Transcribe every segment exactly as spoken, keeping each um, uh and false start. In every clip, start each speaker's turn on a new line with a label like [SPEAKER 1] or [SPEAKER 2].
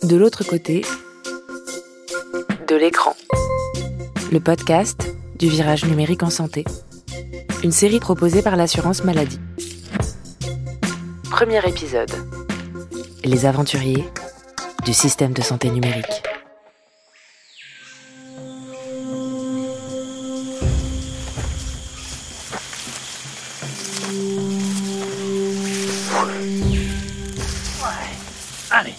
[SPEAKER 1] de l'autre côté de l'écran. Le podcast du virage numérique en santé. Une série proposée par l'assurance maladie. Premier épisode. Les aventuriers du système de santé numérique.
[SPEAKER 2] Allez.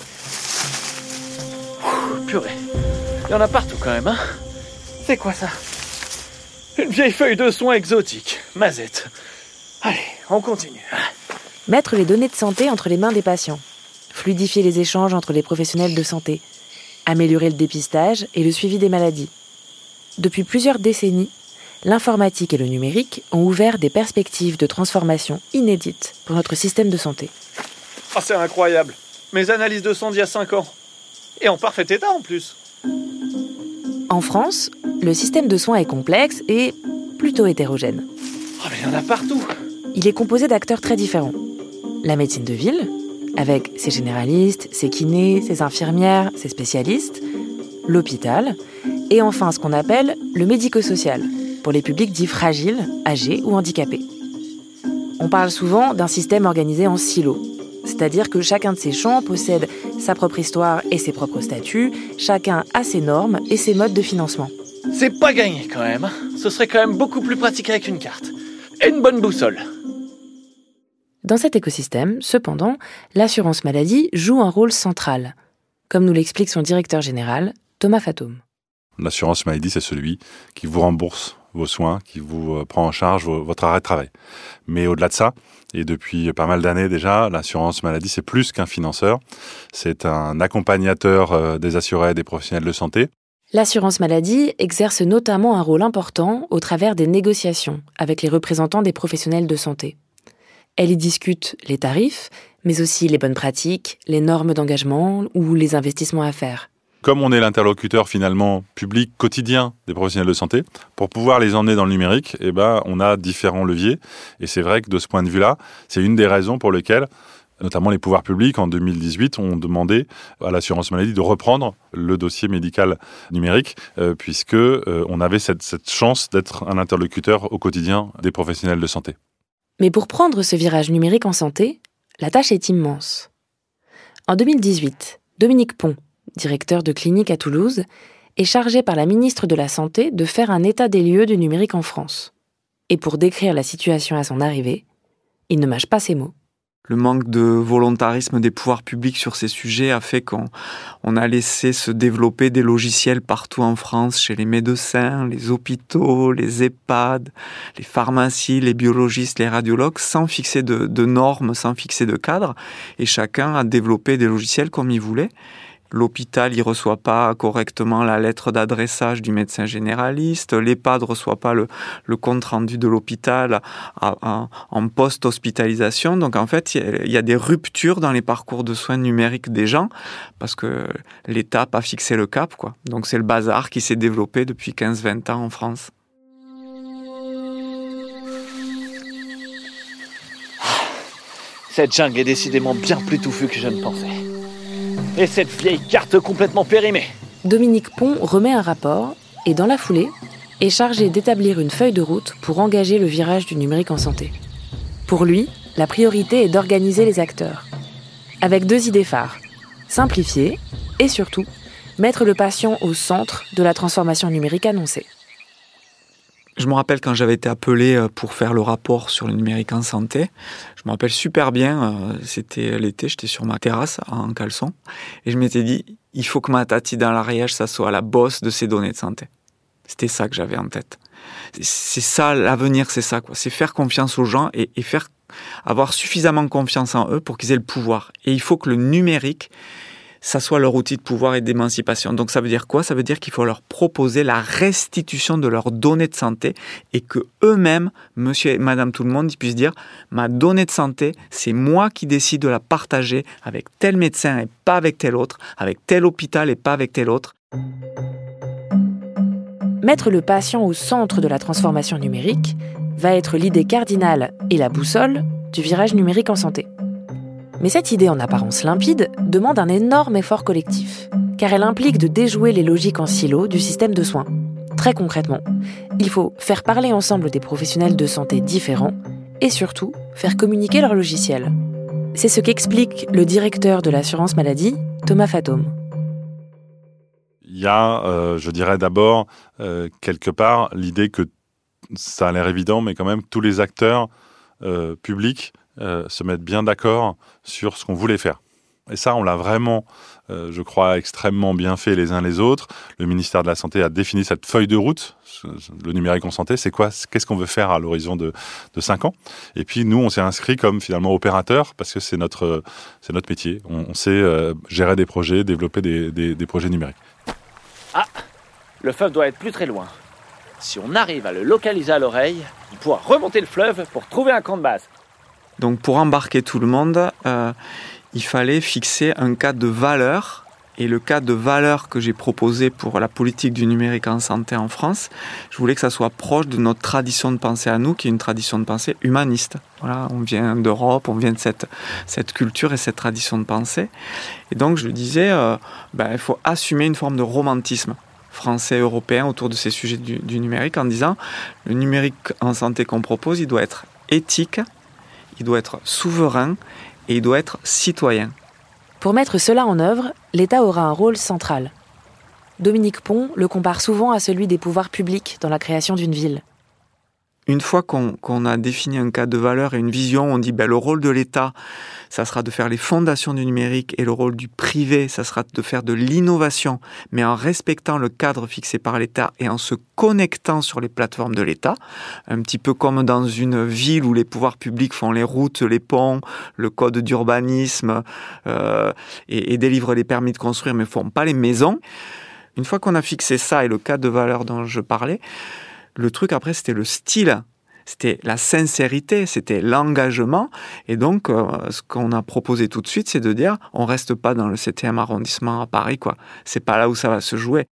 [SPEAKER 2] Purée. Il y en a partout quand même, hein. C'est quoi ça? Une vieille feuille de soins exotique. Mazette. Allez, on continue.
[SPEAKER 1] Mettre les données de santé entre les mains des patients. Fluidifier les échanges entre les professionnels de santé. Améliorer le dépistage et le suivi des maladies. Depuis plusieurs décennies, l'informatique et le numérique ont ouvert des perspectives de transformation inédites pour notre système de santé.
[SPEAKER 2] Oh, c'est incroyable. Mes analyses de sang d'il y a cinq ans. Et en parfait état en plus.
[SPEAKER 1] En France, le système de soins est complexe et plutôt hétérogène.
[SPEAKER 2] Oh, mais il y en a partout.
[SPEAKER 1] Il est composé d'acteurs très différents. La médecine de ville, avec ses généralistes, ses kinés, ses infirmières, ses spécialistes, l'hôpital, et enfin ce qu'on appelle le médico-social, pour les publics dits fragiles, âgés ou handicapés. On parle souvent d'un système organisé en silos, c'est-à-dire que chacun de ces champs possède sa propre histoire et ses propres statuts, chacun a ses normes et ses modes de financement.
[SPEAKER 2] C'est pas gagné quand même. Ce serait quand même beaucoup plus pratique avec une carte. Et une bonne boussole.
[SPEAKER 1] Dans cet écosystème, cependant, l'assurance maladie joue un rôle central, comme nous l'explique son directeur général, Thomas Fatoum.
[SPEAKER 3] L'assurance maladie, c'est celui qui vous rembourse vos soins, qui vous prend en charge votre arrêt de travail. Mais au-delà de ça, et depuis pas mal d'années déjà, l'assurance maladie, c'est plus qu'un financeur. C'est un accompagnateur des assurés et des professionnels de santé.
[SPEAKER 1] L'assurance maladie exerce notamment un rôle important au travers des négociations avec les représentants des professionnels de santé. Elle y discute les tarifs, mais aussi les bonnes pratiques, les normes d'engagement ou les investissements à faire.
[SPEAKER 3] Comme on est l'interlocuteur finalement public quotidien des professionnels de santé, pour pouvoir les emmener dans le numérique, eh ben, on a différents leviers. Et c'est vrai que de ce point de vue-là, c'est une des raisons pour lesquelles, notamment les pouvoirs publics, en deux mille dix-huit, ont demandé à l'assurance maladie de reprendre le dossier médical numérique, euh, puisque euh, on avait cette, cette chance d'être un interlocuteur au quotidien des professionnels de santé.
[SPEAKER 1] Mais pour prendre ce virage numérique en santé, la tâche est immense. En deux mille dix-huit, Dominique Pont, directeur de clinique à Toulouse, est chargé par la ministre de la Santé de faire un état des lieux du numérique en France. Et pour décrire la situation à son arrivée, il ne mâche pas ses mots.
[SPEAKER 4] Le manque de volontarisme des pouvoirs publics sur ces sujets a fait qu'on on a laissé se développer des logiciels partout en France, chez les médecins, les hôpitaux, les EHPAD, les pharmacies, les biologistes, les radiologues, sans fixer de, de normes, sans fixer de cadre. Et chacun a développé des logiciels comme il voulait. L'hôpital ne reçoit pas correctement la lettre d'adressage du médecin généraliste. L'EHPAD ne reçoit pas le, le compte-rendu de l'hôpital à, à, en post-hospitalisation. Donc, en fait, il y, y a des ruptures dans les parcours de soins numériques des gens parce que l'État n'a pas fixé le cap, quoi. Donc, c'est le bazar qui s'est développé depuis quinze à vingt ans en France.
[SPEAKER 2] Cette jungle est décidément bien plus touffue que je ne pensais. Et cette vieille carte complètement périmée.
[SPEAKER 1] Dominique Pont remet un rapport et, dans la foulée, est chargé d'établir une feuille de route pour engager le virage du numérique en santé. Pour lui, la priorité est d'organiser les acteurs. Avec deux idées phares. Simplifier et surtout, mettre le patient au centre de la transformation numérique annoncée.
[SPEAKER 4] Je me rappelle quand j'avais été appelé pour faire le rapport sur le numérique en santé. Je me rappelle super bien, c'était l'été, j'étais sur ma terrasse en caleçon. Et je m'étais dit, il faut que ma tati dans l'Ariège, ça soit la bosse de ces données de santé. C'était ça que j'avais en tête. C'est ça, l'avenir, c'est ça, quoi. C'est faire confiance aux gens et, et faire, avoir suffisamment confiance en eux pour qu'ils aient le pouvoir. Et il faut que le numérique, ça soit leur outil de pouvoir et d'émancipation. Donc ça veut dire quoi? Ça veut dire qu'il faut leur proposer la restitution de leurs données de santé et que eux-mêmes, monsieur et madame tout le monde, ils puissent dire ma donnée de santé, c'est moi qui décide de la partager avec tel médecin et pas avec tel autre, avec tel hôpital et pas avec tel autre.
[SPEAKER 1] Mettre le patient au centre de la transformation numérique va être l'idée cardinale et la boussole du virage numérique en santé. Mais cette idée en apparence limpide demande un énorme effort collectif, car elle implique de déjouer les logiques en silo du système de soins. Très concrètement, il faut faire parler ensemble des professionnels de santé différents et surtout faire communiquer leurs logiciels. C'est ce qu'explique le directeur de l'assurance maladie, Thomas Fatome.
[SPEAKER 3] Il y a, euh, je dirais d'abord, euh, quelque part, l'idée que ça a l'air évident, mais quand même, tous les acteurs euh, publics euh, se mettent bien d'accord sur ce qu'on voulait faire. Et ça, on l'a vraiment, euh, je crois, extrêmement bien fait les uns les autres. Le ministère de la Santé a défini cette feuille de route. Le numérique en santé, c'est quoi ? Qu'est-ce qu'on veut faire à l'horizon de, de cinq ans ? Et puis, nous, on s'est inscrit comme, finalement, opérateur, parce que c'est notre, c'est notre métier. On, on sait euh, gérer des projets, développer des, des, des projets numériques.
[SPEAKER 2] Ah, le fleuve doit être plus très loin. Si on arrive à le localiser à l'oreille, on pourra remonter le fleuve pour trouver un camp de base.
[SPEAKER 4] Donc, pour embarquer tout le monde... Euh, il fallait fixer un cadre de valeur. Et le cadre de valeur que j'ai proposé pour la politique du numérique en santé en France, je voulais que ça soit proche de notre tradition de pensée à nous, qui est une tradition de pensée humaniste. Voilà, on vient d'Europe, on vient de cette, cette culture et cette tradition de pensée. Et donc, je disais, euh, ben, il faut assumer une forme de romantisme français, européen, autour de ces sujets du, du numérique, en disant, le numérique en santé qu'on propose, il doit être éthique, il doit être souverain, et il doit être citoyen.
[SPEAKER 1] Pour mettre cela en œuvre, l'État aura un rôle central. Dominique Pon le compare souvent à celui des pouvoirs publics dans la création d'une ville.
[SPEAKER 4] Une fois qu'on, qu'on a défini un cadre de valeur et une vision, on dit ben, le rôle de l'État, ça sera de faire les fondations du numérique, et le rôle du privé, ça sera de faire de l'innovation, mais en respectant le cadre fixé par l'État et en se connectant sur les plateformes de l'État, un petit peu comme dans une ville où les pouvoirs publics font les routes, les ponts, le code d'urbanisme euh, et, et délivrent les permis de construire, mais ne font pas les maisons. Une fois qu'on a fixé ça et le cadre de valeur dont je parlais, le truc après, c'était le style, c'était la sincérité, c'était l'engagement. Et donc, euh, ce qu'on a proposé tout de suite, c'est de dire, on reste pas dans le septième arrondissement à Paris, quoi. C'est pas là où ça va se jouer.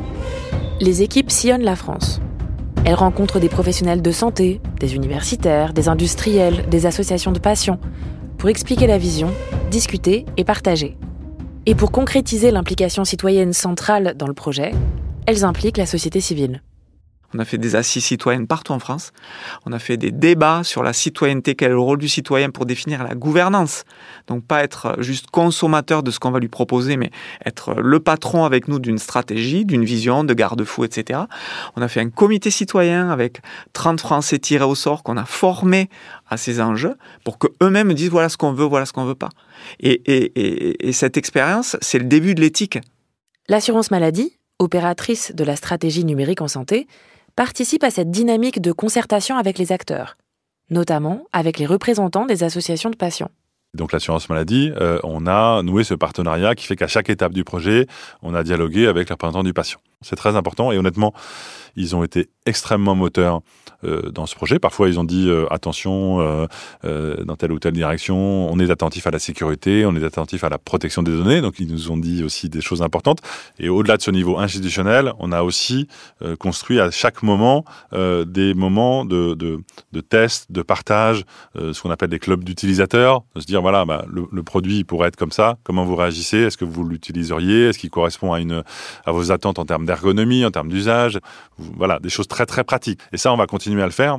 [SPEAKER 1] Les équipes sillonnent la France. Elles rencontrent des professionnels de santé, des universitaires, des industriels, des associations de patients, pour expliquer la vision, discuter et partager. Et pour concrétiser l'implication citoyenne centrale dans le projet, elles impliquent la société civile.
[SPEAKER 4] On a fait des assises citoyennes partout en France. On a fait des débats sur la citoyenneté, quel est le rôle du citoyen pour définir la gouvernance. Donc pas être juste consommateur de ce qu'on va lui proposer, mais être le patron avec nous d'une stratégie, d'une vision, de garde-fous, et cetera. On a fait un comité citoyen avec trente Français tirés au sort qu'on a formés à ces enjeux pour qu'eux-mêmes disent voilà ce qu'on veut, voilà ce qu'on veut pas. Et, et, et, et cette expérience, c'est le début de l'éthique.
[SPEAKER 1] L'assurance maladie, opératrice de la stratégie numérique en santé, participe à cette dynamique de concertation avec les acteurs, notamment avec les représentants des associations de patients.
[SPEAKER 3] Donc l'assurance maladie, euh, on a noué ce partenariat qui fait qu'à chaque étape du projet, on a dialogué avec les représentants du patient. C'est très important et honnêtement, ils ont été extrêmement moteurs euh, dans ce projet. Parfois, ils ont dit euh, attention, euh, euh, dans telle ou telle direction, on est attentif à la sécurité, on est attentif à la protection des données. Donc, ils nous ont dit aussi des choses importantes. Et au-delà de ce niveau institutionnel, on a aussi euh, construit à chaque moment euh, des moments de, de, de test, de partage, euh, ce qu'on appelle des clubs d'utilisateurs, de se dire voilà, bah, le, le produit pourrait être comme ça. Comment vous réagissez ? Est-ce que vous l'utiliseriez ? Est-ce qu'il correspond à, une, à vos attentes en termes d'ergonomie, en termes d'usage ? Voilà, des choses très très pratiques. Et ça, on va continuer à le faire.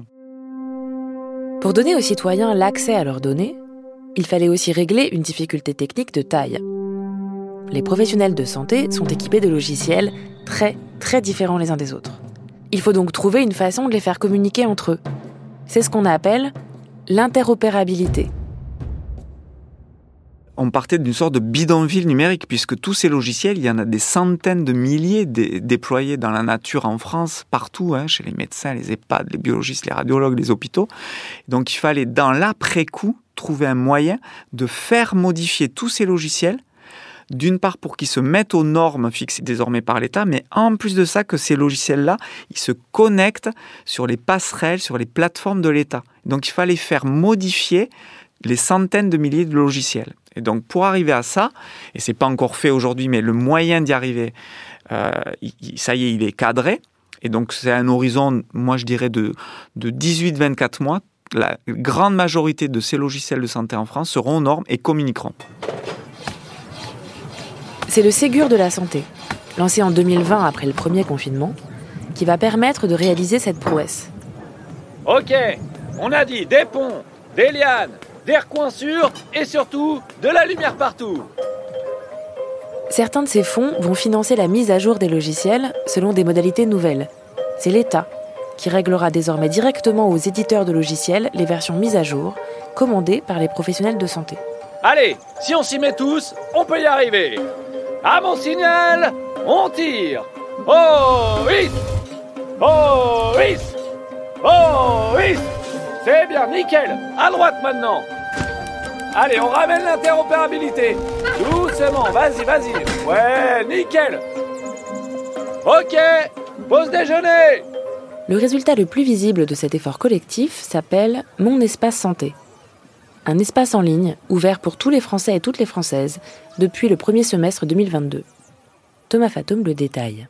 [SPEAKER 1] Pour donner aux citoyens l'accès à leurs données, il fallait aussi régler une difficulté technique de taille. Les professionnels de santé sont équipés de logiciels très très différents les uns des autres. Il faut donc trouver une façon de les faire communiquer entre eux. C'est ce qu'on appelle l'interopérabilité.
[SPEAKER 4] On partait d'une sorte de bidonville numérique, puisque tous ces logiciels, il y en a des centaines de milliers dé- déployés dans la nature en France, partout, hein, chez les médecins, les EHPAD, les biologistes, les radiologues, les hôpitaux. Donc il fallait, dans l'après-coup, trouver un moyen de faire modifier tous ces logiciels, d'une part pour qu'ils se mettent aux normes fixées désormais par l'État, mais en plus de ça, que ces logiciels-là, ils se connectent sur les passerelles, sur les plateformes de l'État. Donc il fallait faire modifier les centaines de milliers de logiciels. Et donc, pour arriver à ça, et c'est pas encore fait aujourd'hui, mais le moyen d'y arriver, euh, il, ça y est, il est cadré. Et donc, c'est un horizon, moi, je dirais, de, de dix-huit à vingt-quatre mois. la grande majorité de ces logiciels de santé en France seront aux normes et communiqueront.
[SPEAKER 1] C'est le Ségur de la santé, lancé en deux mille vingt après le premier confinement, qui va permettre de réaliser cette prouesse.
[SPEAKER 2] Ok, on a dit des ponts, des lianes, des recoins sûrs et surtout de la lumière partout.
[SPEAKER 1] Certains de ces fonds vont financer la mise à jour des logiciels selon des modalités nouvelles. C'est l'État qui réglera désormais directement aux éditeurs de logiciels les versions mises à jour, commandées par les professionnels de santé.
[SPEAKER 2] Allez, si on s'y met tous, on peut y arriver. À mon signal, on tire. Oh, oui. Oh, oui. Oh, oui. C'est bien, nickel. À droite maintenant. Allez, on ramène l'interopérabilité. Doucement, vas-y, vas-y. Ouais, nickel. Ok, pause déjeuner.
[SPEAKER 1] Le résultat le plus visible de cet effort collectif s'appelle « Mon espace santé ». Un espace en ligne ouvert pour tous les Français et toutes les Françaises depuis le premier semestre deux mille vingt-deux. Thomas Fatoum le détaille.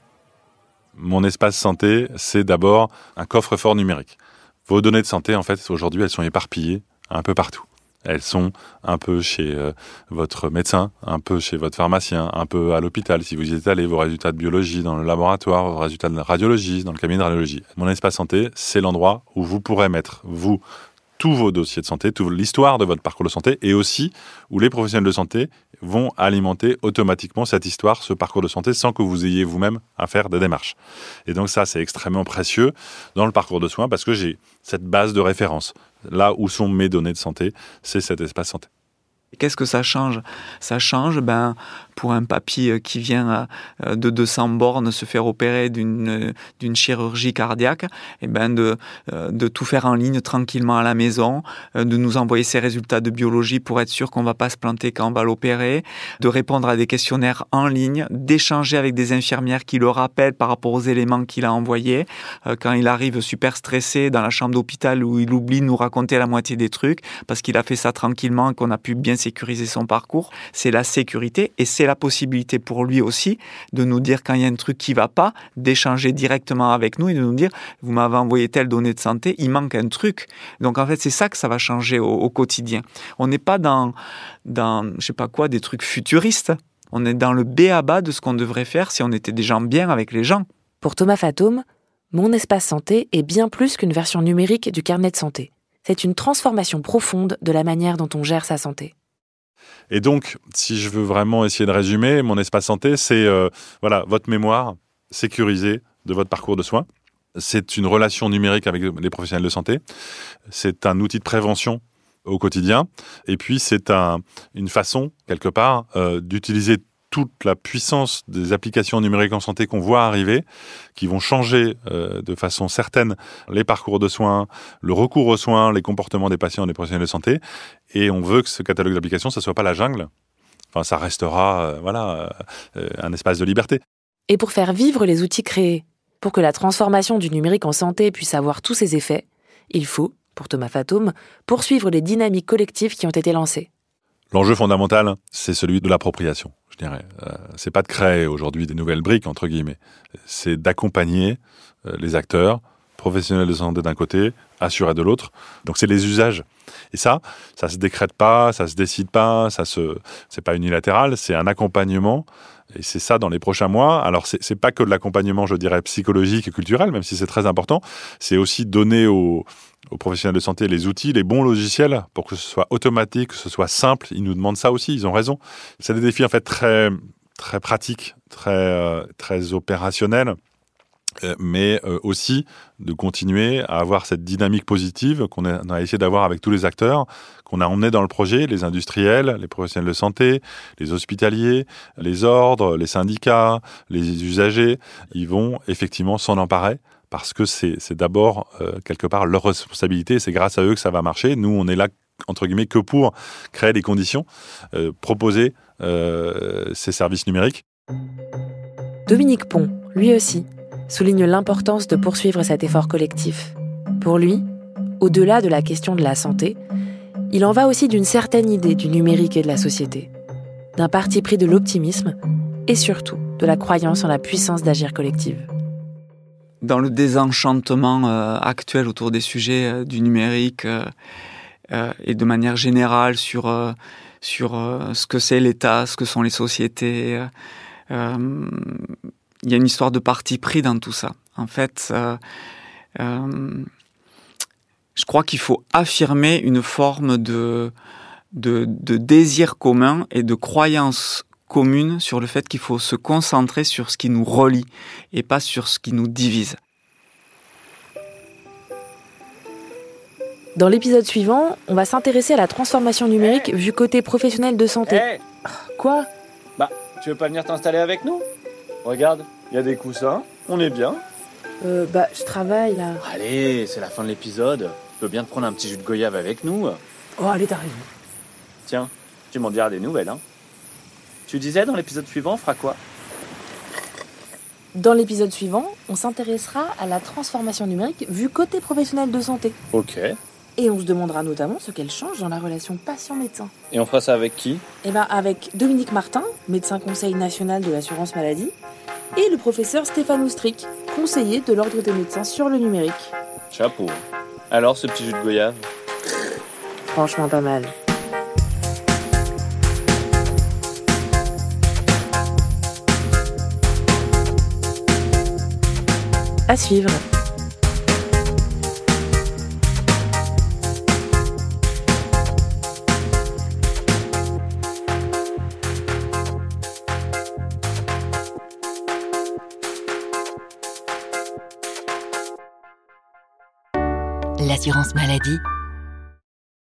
[SPEAKER 3] Mon espace santé, c'est d'abord un coffre-fort numérique. Vos données de santé, en fait, aujourd'hui, elles sont éparpillées un peu partout. Elles sont un peu chez euh, votre médecin, un peu chez votre pharmacien, un peu à l'hôpital. Si vous y êtes allé, vos résultats de biologie dans le laboratoire, vos résultats de radiologie dans le cabinet de radiologie. Mon espace santé, c'est l'endroit où vous pourrez mettre, vous, tous vos dossiers de santé, toute l'histoire de votre parcours de santé, et aussi où les professionnels de santé vont alimenter automatiquement cette histoire, ce parcours de santé, sans que vous ayez vous-même à faire des démarches. Et donc ça, c'est extrêmement précieux dans le parcours de soins, parce que j'ai cette base de référence. Là où sont mes données de santé, c'est cet espace santé.
[SPEAKER 4] Qu'est-ce que ça change ? Ça change, ben, pour un papy qui vient de deux cents bornes se faire opérer d'une, d'une chirurgie cardiaque, et ben de, de tout faire en ligne tranquillement à la maison, de nous envoyer ses résultats de biologie pour être sûr qu'on ne va pas se planter quand on va l'opérer, de répondre à des questionnaires en ligne, d'échanger avec des infirmières qui le rappellent par rapport aux éléments qu'il a envoyés. Quand il arrive super stressé dans la chambre d'hôpital où il oublie de nous raconter la moitié des trucs parce qu'il a fait ça tranquillement et qu'on a pu bien sécuriser son parcours, c'est la sécurité et c'est la possibilité pour lui aussi de nous dire quand il y a un truc qui ne va pas, d'échanger directement avec nous et de nous dire « vous m'avez envoyé telle donnée de santé, il manque un truc ». Donc en fait, c'est ça que ça va changer au, au quotidien. On n'est pas dans, dans, je sais pas quoi, des trucs futuristes. On est dans le b a ba de ce qu'on devrait faire si on était des gens bien avec les gens.
[SPEAKER 1] Pour Thomas Fatoum, Mon espace santé est bien plus qu'une version numérique du carnet de santé. C'est une transformation profonde de la manière dont on gère sa santé.
[SPEAKER 3] Et donc, si je veux vraiment essayer de résumer, mon espace santé, c'est euh, voilà, votre mémoire sécurisée de votre parcours de soins. C'est une relation numérique avec les professionnels de santé. C'est un outil de prévention au quotidien. Et puis, c'est un, une façon, quelque part, euh, d'utiliser toute la puissance des applications numériques en santé qu'on voit arriver, qui vont changer euh, de façon certaine les parcours de soins, le recours aux soins, les comportements des patients et des professionnels de santé. Et on veut que ce catalogue d'applications, ça ne soit pas la jungle. Enfin, ça restera euh, voilà, euh, un espace de liberté.
[SPEAKER 1] Et pour faire vivre les outils créés, pour que la transformation du numérique en santé puisse avoir tous ses effets, il faut, pour Thomas Fatoum, poursuivre les dynamiques collectives qui ont été lancées.
[SPEAKER 3] L'enjeu fondamental, c'est celui de l'appropriation, je dirais. Euh, c'est pas de créer aujourd'hui des nouvelles briques, entre guillemets. C'est d'accompagner euh, les acteurs, professionnels de santé d'un côté, assurés de l'autre. Donc c'est les usages. Et ça, ça se décrète pas, ça se décide pas, ça se, c'est pas unilatéral, c'est un accompagnement. Et c'est ça dans les prochains mois. Alors, c'est, c'est pas que de l'accompagnement, je dirais, psychologique et culturel, même si c'est très important. C'est aussi donner aux, aux professionnels de santé les outils, les bons logiciels pour que ce soit automatique, que ce soit simple. Ils nous demandent ça aussi, ils ont raison. C'est des défis, en fait, très, très pratiques, très, euh, très opérationnels. Mais aussi de continuer à avoir cette dynamique positive qu'on a, on a essayé d'avoir avec tous les acteurs, qu'on a emmenés dans le projet, les industriels, les professionnels de santé, les hospitaliers, les ordres, les syndicats, les usagers. Ils vont effectivement s'en emparer parce que c'est, c'est d'abord, euh, quelque part, leur responsabilité et c'est grâce à eux que ça va marcher. Nous, on est là, entre guillemets, que pour créer les conditions, euh, proposer euh, ces services numériques.
[SPEAKER 1] Dominique Pont, lui aussi, souligne l'importance de poursuivre cet effort collectif. Pour lui, au-delà de la question de la santé, il en va aussi d'une certaine idée du numérique et de la société, d'un parti pris de l'optimisme et surtout de la croyance en la puissance d'agir collective.
[SPEAKER 4] dans le désenchantement euh, actuel autour des sujets euh, du numérique euh, euh, et de manière générale sur, euh, sur euh, ce que c'est l'État, ce que sont les sociétés. Euh, euh, il y a une histoire de parti pris dans tout ça. En fait, euh, euh, je crois qu'il faut affirmer une forme de, de, de désir commun et de croyance commune sur le fait qu'il faut se concentrer sur ce qui nous relie et pas sur ce qui nous divise.
[SPEAKER 1] Dans l'épisode suivant, on va s'intéresser à la transformation numérique
[SPEAKER 2] hey.
[SPEAKER 1] vue côté professionnel de santé.
[SPEAKER 2] Hey.
[SPEAKER 1] Quoi ?
[SPEAKER 2] Bah, tu veux pas venir t'installer avec nous ? Regarde, il y a des coussins, on est bien.
[SPEAKER 1] Euh, bah, je travaille là.
[SPEAKER 2] Allez, c'est la fin de l'épisode. Tu peux bien te prendre un petit jus de goyave avec nous.
[SPEAKER 1] Oh, allez, t'as raison.
[SPEAKER 2] Tiens, tu m'en diras des nouvelles, hein. Tu disais, dans l'épisode suivant, on fera quoi ?
[SPEAKER 1] Dans l'épisode suivant, on s'intéressera à la transformation numérique vue côté professionnel de santé.
[SPEAKER 2] Ok.
[SPEAKER 1] Et on se demandera notamment ce qu'elle change dans la relation patient-médecin.
[SPEAKER 2] Et on fera ça avec qui ?
[SPEAKER 1] Eh ben, avec Dominique Martin, médecin conseil national de l'assurance maladie, et le professeur Stéphane Oustric, conseiller de l'ordre des médecins sur le numérique.
[SPEAKER 2] Chapeau. Alors, ce petit jus de goyave ?
[SPEAKER 1] Franchement pas mal. À suivre.
[SPEAKER 5] L'assurance maladie,